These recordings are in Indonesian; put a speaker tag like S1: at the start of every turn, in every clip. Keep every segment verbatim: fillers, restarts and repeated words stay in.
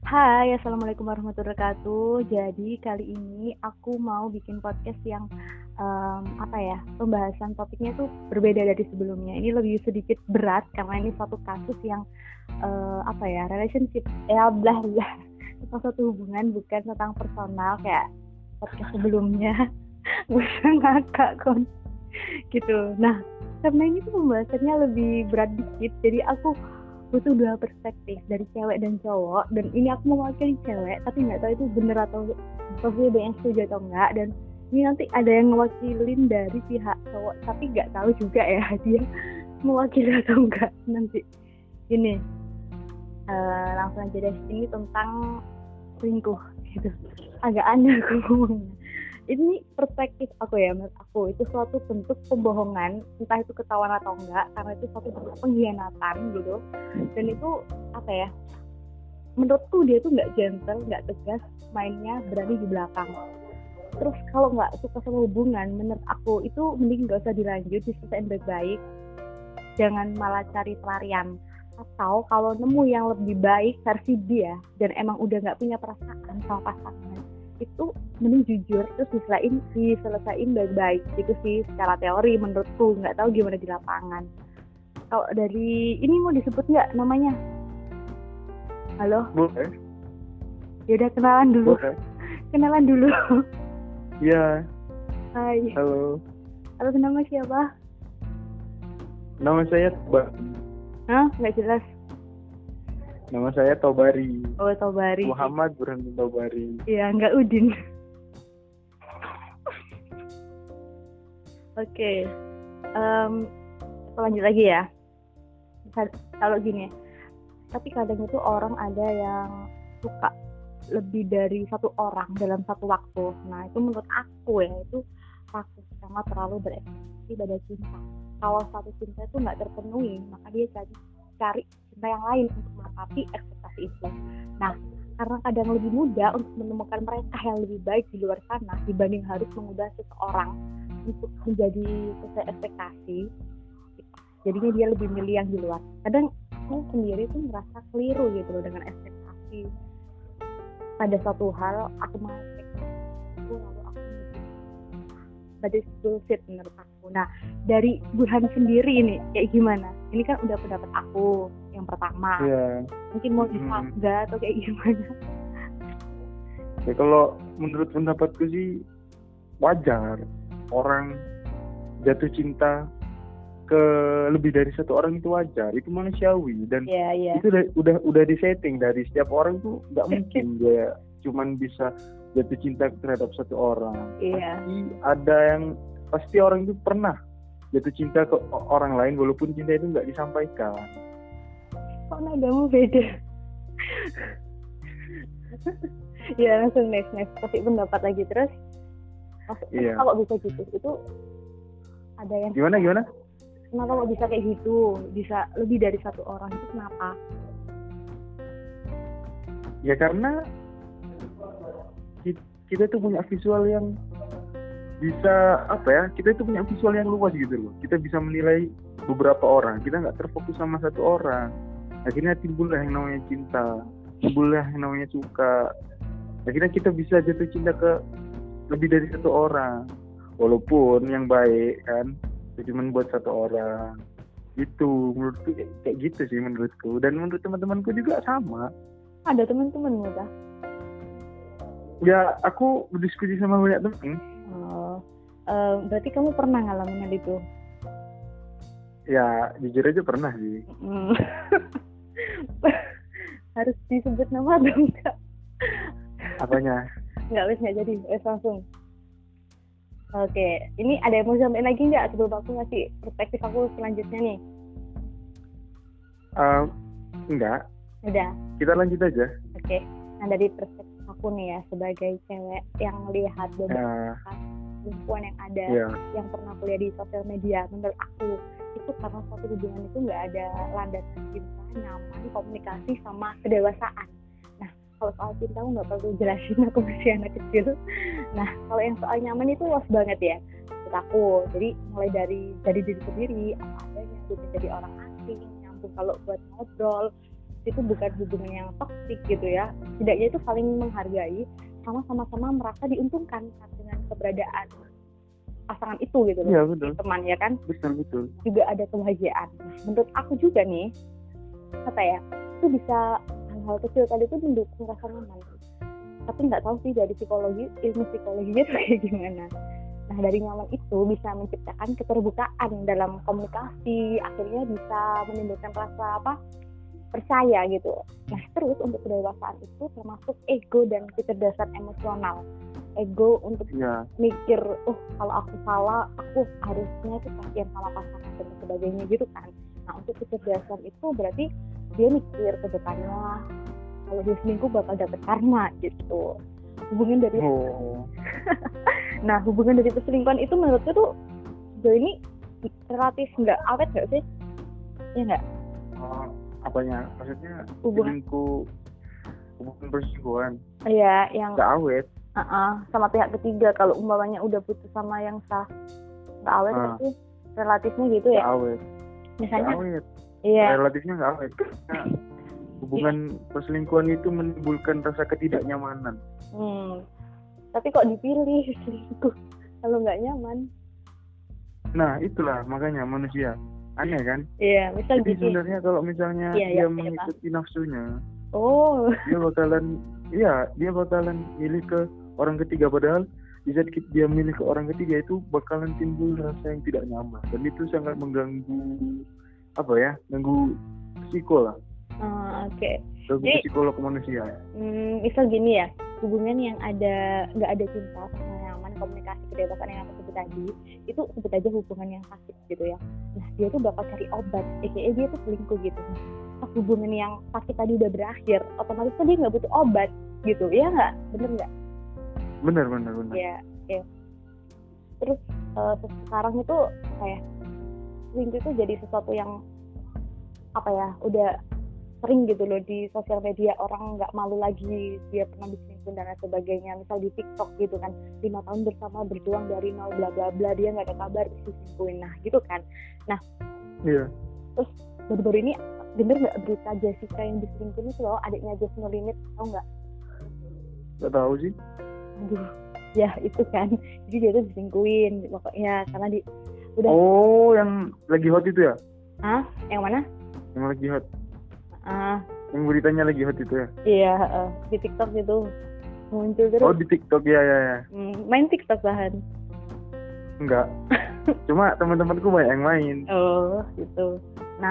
S1: Hai, Assalamualaikum warahmatullahi wabarakatuh. Jadi kali ini aku mau bikin podcast yang um, apa ya, pembahasan topiknya tuh berbeda dari sebelumnya. Ini lebih sedikit berat karena ini suatu kasus yang uh, apa ya, relationship, ya blah blah, tentang suatu hubungan, bukan tentang personal kayak podcast sebelumnya. Bisa ngakak kon, gitu. Nah, karena ini tuh pembahasannya lebih berat dikit, jadi aku butuh dua perspektif dari cewek dan cowok, dan ini aku mewakili cewek tapi nggak tahu itu bener atau maksudnya ada yang setuju atau enggak, dan ini nanti ada yang mewakilin dari pihak cowok tapi nggak tahu juga ya dia mewakili atau enggak nanti. Ini uh, langsung aja deh, ini tentang selingkuh gitu, agak aneh aku ngomongnya. Ini perspektif aku ya, menurut aku itu suatu bentuk pembohongan, entah itu ketahuan atau enggak, karena itu suatu bentuk pengkhianatan gitu. Dan itu apa ya, menurutku dia tuh nggak gentle, nggak tegas, mainnya berani di belakang. Terus kalau nggak suka sama hubungan, menurut aku itu mending nggak usah dilanjut, diselesaikan baik-baik, jangan malah cari pelarian. Atau kalau nemu yang lebih baik versi dia dan emang udah nggak punya perasaan sama pasangan, itu mending jujur terus diselain diselesain baik-baik gitu sih secara teori menurutku. Nggak tahu gimana di lapangan. Kalau dari ini mau disebut nggak namanya? Halo?
S2: Boleh.
S1: Yaudah kenalan dulu.
S2: Boleh.
S1: Kenalan dulu.
S2: Iya.
S1: Hai.
S2: Halo.
S1: Halo, nama siapa?
S2: Nama saya Tobari.
S1: Hah? Nggak jelas.
S2: Nama saya Tobari.
S1: Oh, Tobari.
S2: Muhammad Burhanuddin Tobari.
S1: Iya, nggak Udin. Oke, okay. um, lanjut lagi ya. Kalau gini, tapi kadang itu orang ada yang suka lebih dari satu orang dalam satu waktu. Nah, itu menurut aku ya, itu takut sama terlalu berekspektasi pada cinta. Kalau satu cinta itu nggak terpenuhi, maka dia cari cari cinta yang lain untuk melengkapi ekspektasi itu. Nah, karena kadang lebih mudah untuk menemukan mereka yang lebih baik di luar sana dibanding harus mengubah seseorang untuk menjadi sesuai ekspektasi, jadinya dia lebih milih yang di luar. Kadang aku sendiri tuh merasa keliru gitu loh dengan ekspektasi pada suatu hal. Aku mau ekspektasi lalu aku pada bullshit menurut aku. Nah, dari Burhan sendiri ini kayak gimana? Ini kan udah pendapat aku yang pertama.
S2: Iya.
S1: Mungkin mau disangga hmm. atau kayak gimana?
S2: Ya kalau menurut pendapatku sih wajar orang jatuh cinta ke lebih dari satu orang, itu wajar, itu manusiawi, dan
S1: yeah, yeah.
S2: itu udah udah udah disetting dari setiap orang tuh. Nggak mungkin dia cuman bisa jatuh cinta terhadap satu orang.
S1: Yeah.
S2: Pasti ada yang pasti orang itu pernah jatuh cinta ke orang lain walaupun cinta itu nggak disampaikan.
S1: Kok nadamu beda? Ya langsung next next kasih pendapat lagi terus. Oh,
S2: iya.
S1: Kalau bisa gitu itu ada yang
S2: gimana gimana?
S1: Kenapa kok bisa kayak gitu? Bisa lebih dari satu orang itu kenapa?
S2: Ya karena kita tuh punya visual yang bisa apa ya? Kita itu punya visual yang luas gitu loh. Kita bisa menilai beberapa orang. Kita nggak terfokus sama satu orang. Akhirnya timbullah yang namanya cinta, timbullah yang namanya suka. Akhirnya kita bisa jatuh cinta ke lebih dari satu orang, walaupun yang baik kan cuma buat satu orang. Itu menurutku kayak gitu sih menurutku, dan menurut teman-temanku juga sama.
S1: Ada teman-temanmu kah?
S2: Ya aku berdiskusi sama banyak teman.
S1: Oh, uh, berarti kamu pernah ngalamin hal itu?
S2: Ya jujur aja pernah sih.
S1: Mm. Harus disebut nama atau enggak?
S2: Apanya?
S1: Enggak, wes nggak jadi, wes langsung. Oke, ini ada yang mau sampaikan lagi nggak sebelum aku ngasih perspektif aku selanjutnya nih?
S2: Uh, enggak.
S1: Udah.
S2: Kita lanjut aja.
S1: Oke, nah dari perspektif aku nih ya sebagai cewek yang melihat beberapa uh, perempuan yang ada, yeah. yang pernah kuliah di sosial media, menurut aku itu karena suatu hubungan itu nggak ada landasan cinta, nyaman, komunikasi, sama kedewasaan. Nah, kalau soal cinta aku nggak perlu jelasin, aku masih anak kecil. Nah, kalau yang soal nyaman itu luas banget ya menurut aku. Jadi mulai dari dari diri sendiri, apa adanya, bukan jadi orang asing, nyambung kalau buat ngobrol, itu bukan hubungan yang toksik gitu ya. Setidaknya itu saling menghargai, sama sama-sama merasa diuntungkan dengan keberadaan pasangan itu gitu loh.
S2: Iya betul.
S1: Teman ya kan.
S2: Betul betul.
S1: Juga ada kebahagiaan. Menurut aku juga nih, apa ya, itu bisa hal-hal kecil tadi itu mendukung rasa nyaman. Tapi nggak tahu sih dari psikologi, ilmu psikologinya tuh kayak gimana. Nah dari nyaman itu bisa menciptakan keterbukaan dalam komunikasi, akhirnya bisa menimbulkan rasa apa percaya gitu. Nah terus untuk kedewasaan itu termasuk ego dan kecerdasan emosional. Ego untuk
S2: ya.
S1: mikir, oh kalau aku salah, aku harusnya itu kasihan sama pasangan dan sebagainya gitu kan. Nah untuk kecerdasan itu berarti dia mikir ke depannya, kalau dia selingkuh bakal dapet karma gitu. Hubungan dari
S2: oh.
S1: Nah hubungan dari perselingkuhan itu menurutku tuh sejauh ini relatif nggak awet nggak sih? Ya nggak?
S2: Oh, apanya? Maksudnya
S1: Hubungan
S2: selingkuh, hubungan perselingkuhan?
S1: Iya, yang
S2: nggak awet.
S1: Uh-uh, sama pihak ketiga kalau umpamanya udah putus sama yang sah nggak awet
S2: uh.
S1: tapi relatifnya gitu ya?
S2: Nggak awet.
S1: Misalnya?
S2: Nggak awet.
S1: Iya.
S2: Relatifnya nggak awet. Karena hubungan perselingkuhan itu menimbulkan rasa ketidaknyamanan.
S1: Hmm. Tapi kok dipilih selingkuh kalau nggak nyaman?
S2: Nah itulah makanya manusia aneh kan?
S1: Iya, misal
S2: jadi
S1: gitu.
S2: Sebenarnya kalau misalnya
S1: iya,
S2: dia
S1: iya,
S2: mengikuti iya, nafsunya,
S1: oh,
S2: dia bakalan, iya dia bakalan milih ke orang ketiga, padahal di saat dia milih ke orang ketiga itu bakalan timbul rasa yang tidak nyaman dan itu sangat mengganggu apa ya, mengganggu psiko lah.
S1: Uh, Oke. Okay.
S2: Jadi psikolog manusia.
S1: Hmm, misal gini ya, hubungan yang ada nggak ada cinta, nyaman, komunikasi, kedewasaan yang aku sebut tadi, itu sebut aja hubungan yang sakit gitu ya. Nah dia tuh bakal cari obat, aka dia tuh selingkuh gitu. Pas hubungan yang sakit tadi udah berakhir, otomatis kan dia nggak butuh obat gitu, ya nggak? Bener nggak?
S2: Bener bener bener.
S1: Ya, ya. Terus uh, sekarang itu kayak selingkuh itu jadi sesuatu yang apa ya, udah sering gitu loh di sosial media, orang nggak malu lagi dia pernah diselingkuhin dan lain sebagainya. Misal di TikTok gitu kan, lima tahun bersama berjuang dari nol bla bla bla, dia nggak ada kabar diselingkuhin, nah gitu kan. Nah
S2: iya.
S1: Terus baru-baru ini denger nggak berita Jessica yang diselingkuhin itu loh, adiknya Just No Limit, tau nggak?
S2: Nggak tahu sih.
S1: Aduh, ya itu kan, jadi dia tuh diselingkuhin pokoknya karena di udah.
S2: Oh yang lagi hot itu ya?
S1: Hah? Yang mana?
S2: Yang lagi hot.
S1: Ah,
S2: yang beritanya lagi hot itu ya?
S1: Iya, uh, di TikTok gitu muncul terus.
S2: Oh di TikTok ya ya ya.
S1: Hmm, main TikTok bahan?
S2: Enggak. Cuma teman-temanku banyak yang main.
S1: Oh gitu. Nah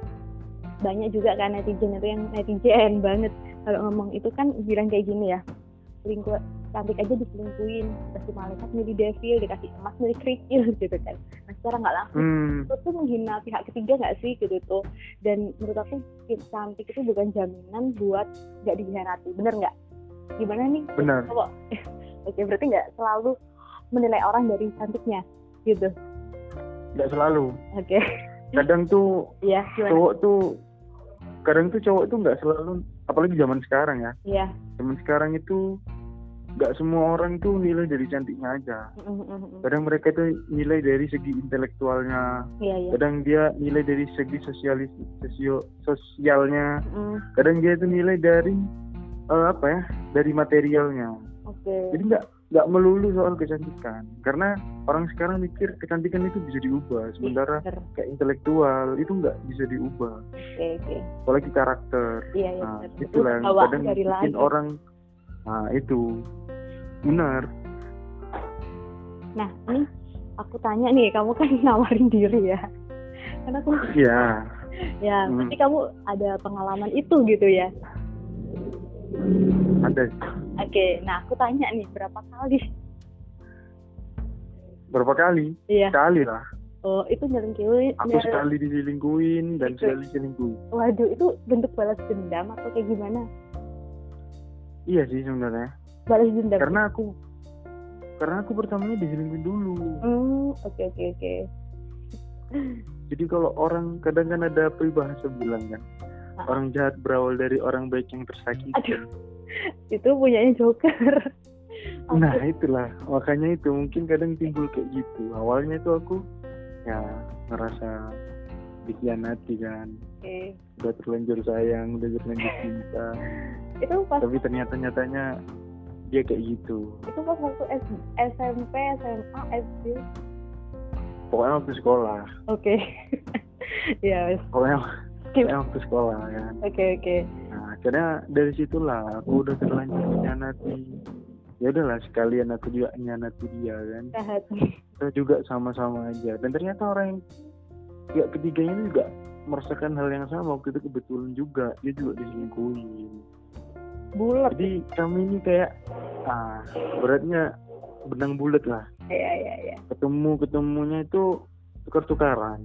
S1: banyak juga kan netizen itu yang netizen banget kalau ngomong itu kan bilang kayak gini ya, selingkuh cantik aja diselingkuhin, dikasih malaikat milih devil, dikasih emas milih kerikil gitu kan. Nah secara nggak langsung
S2: hmm.
S1: itu tuh menghina pihak ketiga nggak sih gitu tuh. Dan menurut aku cantik itu bukan jaminan buat nggak dikhianati, bener nggak? Gimana nih?
S2: Benar.
S1: Oke, berarti nggak selalu menilai orang dari cantiknya gitu?
S2: Nggak selalu.
S1: Oke.
S2: Kadang tuh
S1: ya,
S2: cowok tuh kadang tuh cowok tuh nggak selalu, apalagi zaman sekarang ya.
S1: Iya.
S2: Zaman sekarang itu nggak semua orang tuh nilai dari cantiknya aja.
S1: Mm-hmm.
S2: Kadang mereka tuh nilai dari segi intelektualnya.
S1: Iya, iya.
S2: Kadang dia nilai dari segi sosialis, sosio, sosialnya.
S1: Mm.
S2: Kadang dia tuh nilai dari uh, apa ya, dari materialnya.
S1: Oke. Okay.
S2: Jadi nggak nggak melulu soal kecantikan, karena orang sekarang mikir kecantikan itu bisa diubah, sementara
S1: iya,
S2: kayak intelektual itu nggak bisa diubah.
S1: Oke, okay, oke. Okay.
S2: Apalagi karakter.
S1: Iya, iya.
S2: Nah, itulah yang kadang bikin orang. Nah itu benar.
S1: Nah ini aku tanya nih, kamu kan nawarin diri ya, karena aku.
S2: Iya.
S1: Ya,
S2: hmm.
S1: Berarti kamu ada pengalaman itu gitu ya?
S2: Ada.
S1: Oke, nah aku tanya nih, berapa kali?
S2: Berapa kali?
S1: Iya.
S2: Sekali lah.
S1: Oh, itu nyelingkuhin.
S2: Aku nyel... sekali diselingkuhin dan itu. Sekali selingkuh.
S1: Waduh, itu bentuk balas dendam atau kayak gimana?
S2: Iya sih sebenarnya.
S1: Balas dendam.
S2: Karena aku, karena aku pertamanya diselingkuhin dulu.
S1: Hmm, oke okay, oke okay, oke. Okay.
S2: Jadi kalau orang kadang kan ada peribahasa bilang kan, ah. orang jahat berawal dari orang baik yang tersakiti.
S1: Aduh, itu punyanya Joker.
S2: Nah itulah, makanya itu mungkin kadang timbul kayak gitu. Awalnya itu aku ya ngerasa dikhianati kan.
S1: Oke.
S2: Udah terlanjur sayang, udah terlanjur cinta.
S1: Itu pas
S2: Tapi ternyata nyatanya dia kayak gitu.
S1: itu pas waktu S M P, S M A, S D.
S2: Pokoknya waktu sekolah.
S1: Oke. Ya, wes.
S2: Pokoknya,
S1: Skip.
S2: pokoknya waktu sekolah kan.
S1: Oke, oke.
S2: Nah, akhirnya dari situlah aku udah terlanjur mengkhianati. Ya udahlah sekalian aku juga mengkhianati dia kan.
S1: Jahat.
S2: Kita juga sama-sama aja. Dan ternyata orang yang pihak ketiganya ini juga merasakan hal yang sama waktu itu kebetulan juga dia juga diselingkuhin.
S1: Bulat.
S2: Jadi kami ini kayak ah beratnya benang bulat lah.
S1: Iya, iya, iya.
S2: Ketemu ketemunya itu tukar-tukaran.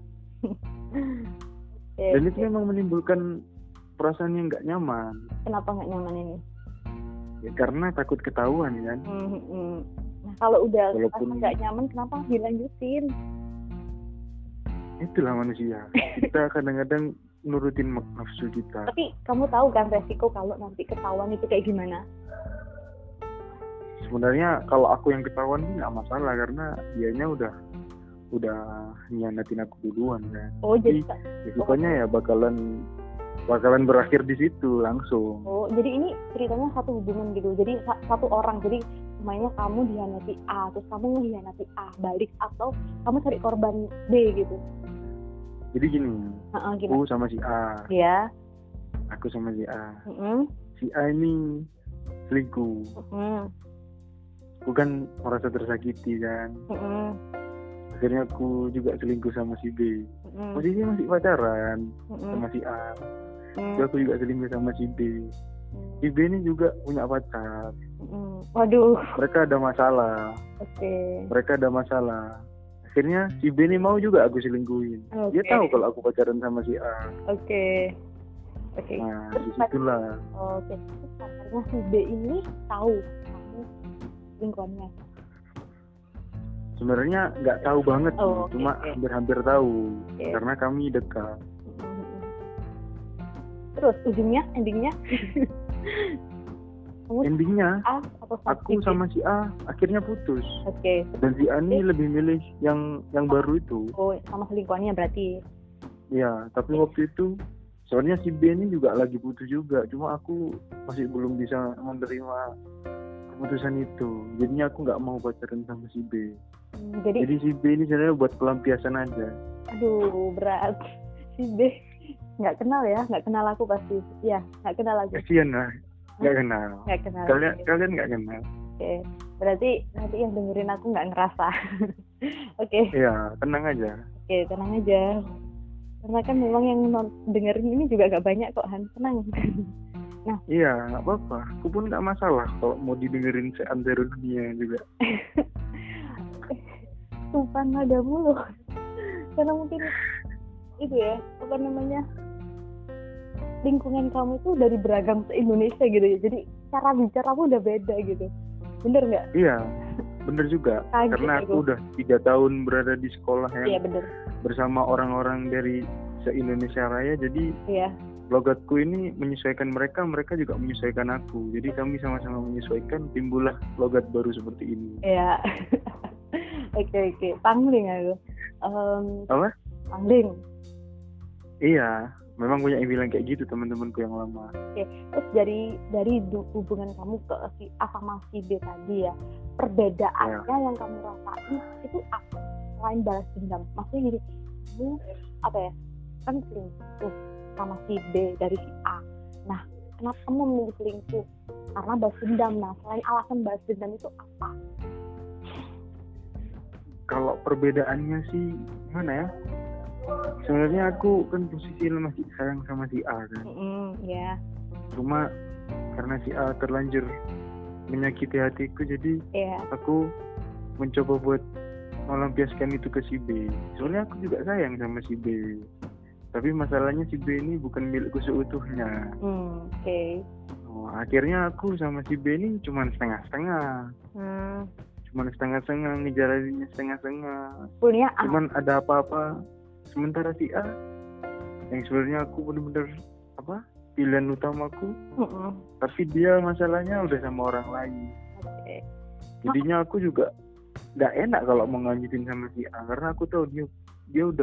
S1: Oke,
S2: Dan itu
S1: oke.
S2: memang menimbulkan perasaan yang nggak nyaman.
S1: Kenapa nggak nyaman ini?
S2: Ya, karena takut ketahuan kan.
S1: Hmm, hmm. Nah, kalau udah
S2: Walaupun-
S1: merasa nggak nyaman, kenapa dilanjutin?
S2: Itulah manusia. Kita kadang-kadang nurutin nafsu kita.
S1: Tapi kamu tahu kan resiko kalau nanti ketahuan itu kayak gimana?
S2: Sebenarnya kalau aku yang ketahuan sih nggak masalah karena dianya udah udah nyianatin aku duluan kan.
S1: Oh, jadi
S2: Resikonya ya bakalan bakalan berakhir di situ langsung.
S1: oh, jadi ini ceritanya satu hubungan gitu. Jadi sa- satu orang. Jadi mainnya kamu dihianati A, terus kamu mengkhianati A balik, atau kamu cari korban B gitu.
S2: Jadi gini,
S1: Heeh,
S2: aku
S1: gimana?
S2: sama si A,
S1: Ya.
S2: aku sama si A.
S1: Heeh.
S2: Si A ini selingkuh.
S1: Heeh.
S2: Aku kan merasa tersakiti kan.
S1: Heeh.
S2: Akhirnya aku juga selingkuh sama si B.
S1: Heeh.
S2: Posisi masih pacaran
S1: Heeh.
S2: sama si A.
S1: Heeh.
S2: Terus aku juga selingkuh sama si B. Si B ini juga punya pacar.
S1: Heeh. Waduh.
S2: Mereka ada masalah.
S1: Oke.
S2: Mereka ada masalah. Akhirnya si B ini mau juga aku selingkuhin.
S1: Oke.
S2: Dia tahu kalau aku pacaran sama si A.
S1: Oke. Oke.
S2: Nah,
S1: Terus
S2: disitulah.
S1: Oke. Terus pacarnya si B ini tahu kamu lingkungannya.
S2: Sebenarnya nggak tahu banget sih,
S1: Oh, oke,
S2: cuma
S1: oke.
S2: hampir-hampir tahu
S1: Oke.
S2: karena kami dekat.
S1: Terus ujungnya, endingnya, kamu
S2: Endingnya
S1: A atau
S2: aku
S1: B?
S2: sama si A akhirnya putus.
S1: Oke.
S2: Dan si A ini lebih milih yang yang baru itu.
S1: Oh, sama selingkuhannya berarti.
S2: Ya, tapi waktu itu soalnya si B ini juga lagi putus juga, cuma aku masih belum bisa menerima keputusan itu. Jadinya aku nggak mau pacaran sama si B.
S1: Hmm, jadi,
S2: Jadi si B ini sebenarnya buat pelampiasan aja.
S1: aduh berat. Si B nggak kenal ya, nggak kenal aku pasti. Ya, nggak kenal aku.
S2: Kasian lah, nggak kenal.
S1: Nggak kenal.
S2: Kalian
S1: Oke.
S2: kalian nggak kenal.
S1: Oke. Berarti nanti yang dengerin aku nggak ngerasa. Oke.
S2: Iya, tenang aja.
S1: Oke, tenang aja. Karena kan memang yang non- dengerin ini juga gak banyak kok, Han. Tenang.
S2: Iya, nggak apa-apa. Aku pun nggak masalah kalau mau didengerin seantero dunia juga.
S1: Sumpah nada mulu. Karena mungkin itu ya, apa namanya, lingkungan kamu itu dari beragam se-Indonesia gitu ya. Jadi cara bicaramu udah beda gitu. Bener nggak?
S2: Iya, bener juga.
S1: Kaget
S2: Karena
S1: aku.
S2: aku udah tiga tahun berada di sekolah
S1: Iya
S2: yang
S1: bener.
S2: bersama orang-orang dari se-Indonesia Raya. Jadi
S1: Iya.
S2: logatku ini menyesuaikan mereka, mereka juga menyesuaikan aku. Jadi kami sama-sama menyesuaikan, timbullah logat baru seperti ini.
S1: Iya. Oke oke. Pangling aku. Um,
S2: Apa?
S1: Pangling.
S2: Iya, memang banyak yang bilang kayak gitu teman-temanku yang lama.
S1: Oke, terus dari dari du- hubungan kamu ke si A sama si B tadi ya, perbedaannya
S2: Ya.
S1: yang kamu rasain itu apa? Selain balas dendam, maksudnya gini, kamu apa ya, kan selingkuh sama si B dari si A. Nah, kenapa kamu memilih selingkuh? Karena balas dendam. Nah, selain alasan balas dendam itu apa?
S2: Kalau perbedaannya sih mana ya? Sebenarnya aku kan posisi masih sayang sama si A kan.
S1: Mm, ya,
S2: Cuma karena si A terlanjur menyakiti hatiku, jadi
S1: ya,
S2: aku mencoba buat melampiaskan itu ke si B. Soalnya aku juga sayang sama si B. Tapi masalahnya si B ini bukan milikku seutuhnya.
S1: hmm, oke.
S2: Oh, akhirnya aku sama si B ini cuma setengah-setengah.
S1: Hmm,
S2: Cuma setengah-setengah, ngejalaninnya setengah-setengah.
S1: punya A.
S2: Cuman ada apa-apa. Sementara si A yang sebenarnya aku benar-benar apa pilihan utamaku,
S1: Mm-mm.
S2: tapi dia masalahnya udah sama orang lain.
S1: Oke.
S2: Jadinya aku juga nggak enak kalau mau nganjutin sama si A karena aku tahu dia dia udah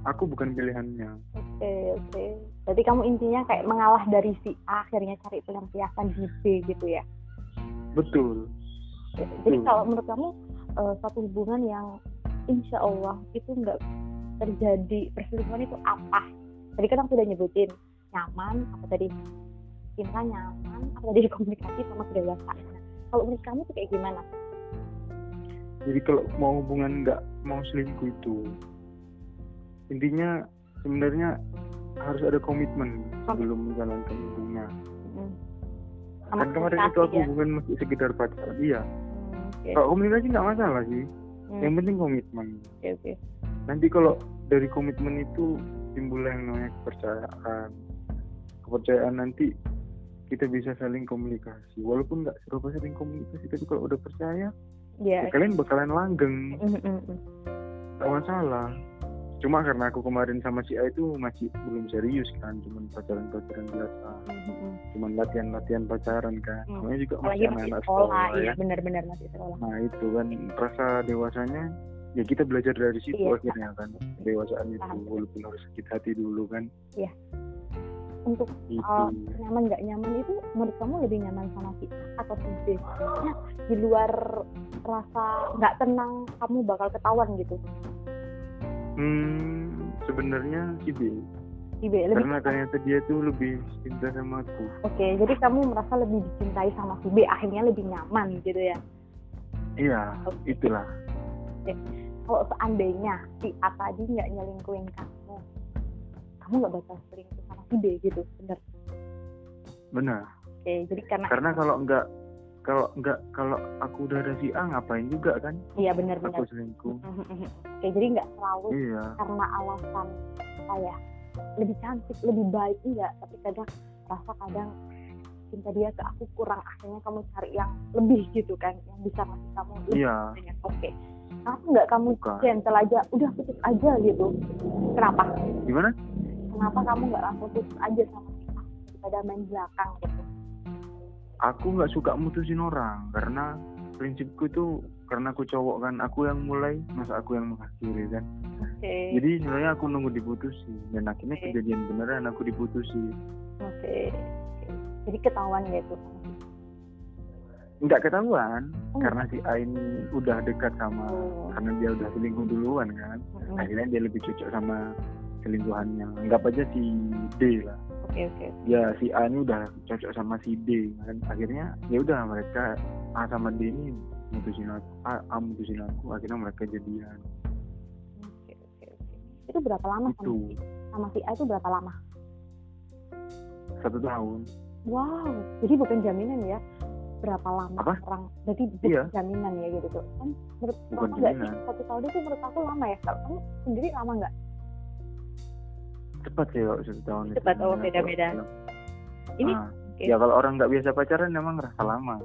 S2: aku bukan pilihannya.
S1: Oke oke. Berarti kamu intinya kayak mengalah dari si A, akhirnya cari pelampiasan di B gitu ya?
S2: Betul.
S1: Jadi hmm. kalau menurut kamu uh, satu hubungan yang insya Allah itu nggak terjadi perselingkuhan itu apa? Tadi kan aku udah nyebutin nyaman, apa tadi cinta nyaman, apa tadi komunikasi sama kedewasaan. Nah, kalau menurut kamu tuh kayak gimana?
S2: Jadi kalau mau hubungan nggak mau selingkuh itu intinya sebenarnya harus ada komitmen sebelum menjalankan hubungan. Hmm. Kan kemarin itu aku ya? Hubungan masih sekedar pacaran, iya. Hmm, okay. Kalau komunikasi nggak masalah sih, hmm. yang penting komitmen.
S1: Okay, okay.
S2: Nanti kalau dari komitmen itu timbul yang namanya kepercayaan. Kepercayaan nanti kita bisa saling komunikasi. Walaupun nggak serba saling komunikasi, tapi kalau udah percaya, yeah. ya kalian bakalan langgeng. Mm-hmm. Nggak masalah. Cuma karena aku kemarin sama si A itu masih belum serius kan, cuman pacaran-pacaran biasa, mm-hmm. cuman latihan-latihan pacaran kan, mm. namanya juga masih anak-anak sekolah, sekolah ya,
S1: benar-benar masih sekolah.
S2: Nah itu kan rasa dewasanya, ya kita belajar dari situ iya, akhirnya kan, kedewasaan itu paham. Walaupun harus sakit hati dulu kan.
S1: Iya. Untuk uh, nyaman nggak nyaman itu menurut kamu lebih nyaman sama si A atau si B? Nah, di luar rasa nggak tenang kamu bakal ketahuan gitu.
S2: Hmm, sebenarnya si B.
S1: Si B lebih
S2: karena ternyata dia tuh lebih cinta sama aku.
S1: Oke, jadi kamu merasa lebih dicintai sama si B, akhirnya lebih nyaman gitu ya?
S2: Iya, okay. Itulah.
S1: Oke. Kalau seandainya si A tadi nggak nyelingkuhin kamu, kamu nggak bakal selingkuh sama si B gitu, bener?
S2: Benar.
S1: Oke, jadi karena
S2: karena kalau nggak kalau nggak kalau aku udah ada si A ngapain juga kan?
S1: Iya benar-benar.
S2: Aku selingkuh.
S1: Oke, jadi nggak selalu iya. karena alasan apa ya lebih cantik, lebih baik enggak, tapi kadang rasa kadang cinta dia ke aku kurang, akhirnya kamu cari yang lebih gitu kan, yang bisa ngasih kamu lebih.
S2: Iya.
S1: Oke. Kenapa nggak kamu gentle aja, udah putus aja gitu? Kenapa?
S2: Gimana?
S1: Kenapa kamu nggak langsung putus aja sama si A daripada main belakang gitu?
S2: Aku nggak suka mutusin orang karena prinsipku itu karena aku cowok kan, aku yang mulai masa aku yang mengakhiri kan.
S1: Okay.
S2: Jadi sebenarnya aku nunggu diputusin dan akhirnya okay. kejadian beneran aku diputusin.
S1: Oke. Okay. Jadi ketahuan gitu?
S2: Nggak ketahuan oh. karena si A ini udah dekat sama oh. karena dia udah selingkuh duluan kan. Mm-hmm. Akhirnya dia lebih cocok sama selingkuhannya. Anggap aja si D lah.
S1: Oke okay, oke. Okay.
S2: Ya si A ini udah cocok sama si D kan, akhirnya ya udah mereka A sama D ini mutusin aku, A, A mutusin aku, akhirnya mereka jadian.
S1: Oke oke oke. Itu berapa lama itu. sama si sama si A itu berapa lama?
S2: Satu tahun.
S1: Wow, jadi bukan jaminan ya berapa lama
S2: Apa?
S1: orang, berarti bukan iya. jaminan ya gitu tuh kan? Menurut
S2: bukan
S1: kamu
S2: jaminan.
S1: Nggak sih satu tahun itu menurut aku lama ya? Kalau kamu sendiri lama nggak?
S2: Cepat sih kalau satu tahun itu.
S1: Cepat, oh beda-beda. Ini
S2: nah, okay. Ya kalau orang nggak biasa pacaran memang ngerasa lama.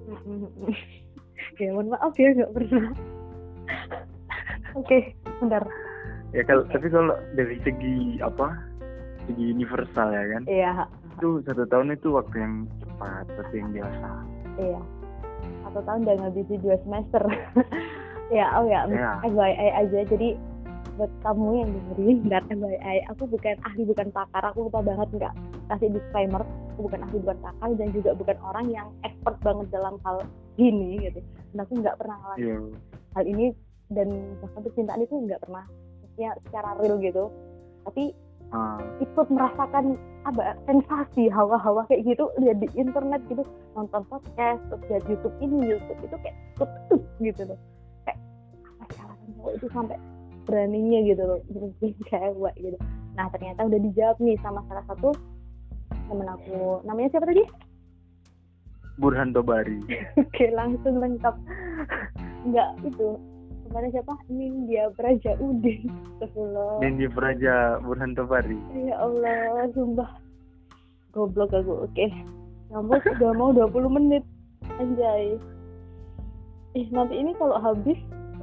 S1: Ya mohon maaf ya nggak pernah. Oke, okay, bentar.
S2: Ya kalau okay. Tapi kalau dari segi apa? Segi universal ya kan?
S1: Iya.
S2: Itu satu tahun itu waktu yang cepat, waktu yang biasa.
S1: Iya. Satu tahun udah ngabisi dua semester. Ya, oh ya,
S2: ya.
S1: F Y I aja jadi. Buat kamu yang dengerin dan F Y I, aku bukan ahli, bukan pakar, aku lupa banget nggak kasih disclaimer, aku bukan ahli, bukan pakar, dan juga bukan orang yang expert banget dalam hal ini gitu. Dan aku nggak pernah ngalamin yeah. hal ini, dan bahkan percintaan itu nggak pernah, maksudnya secara real gitu. Tapi uh. ikut merasakan apa sensasi hawa-hawa kayak gitu, lihat di internet gitu, nonton podcast, terus lihat YouTube ini, YouTube itu kayak tutup gitu loh, kayak apa caranya cowok itu sampai beraninya gitu loh, jadi cewek gitu. Nah ternyata udah dijawab nih sama salah satu temen aku, namanya siapa tadi?
S2: Burhan Tobari.
S1: Oke, langsung lengkap. Enggak itu, kemarin siapa? Nindya Praja Udin. Astagfirullah.
S2: Nindya Praja Burhan Tobari.
S1: Ya Allah, sumpah goblok aku. Oke, nyambung udah mau dua puluh menit, anjay. Ih nanti ini kalau habis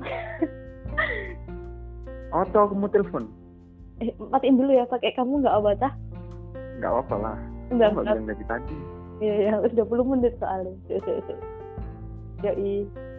S2: atau aku mau telepon.
S1: Eh, matiin dulu ya, pakai kamu nggak abah?
S2: Nggak apa lah.
S1: Nggak
S2: bilang dari tadi.
S1: Iya, ya, udah dua puluh menit soalnya. Yoi.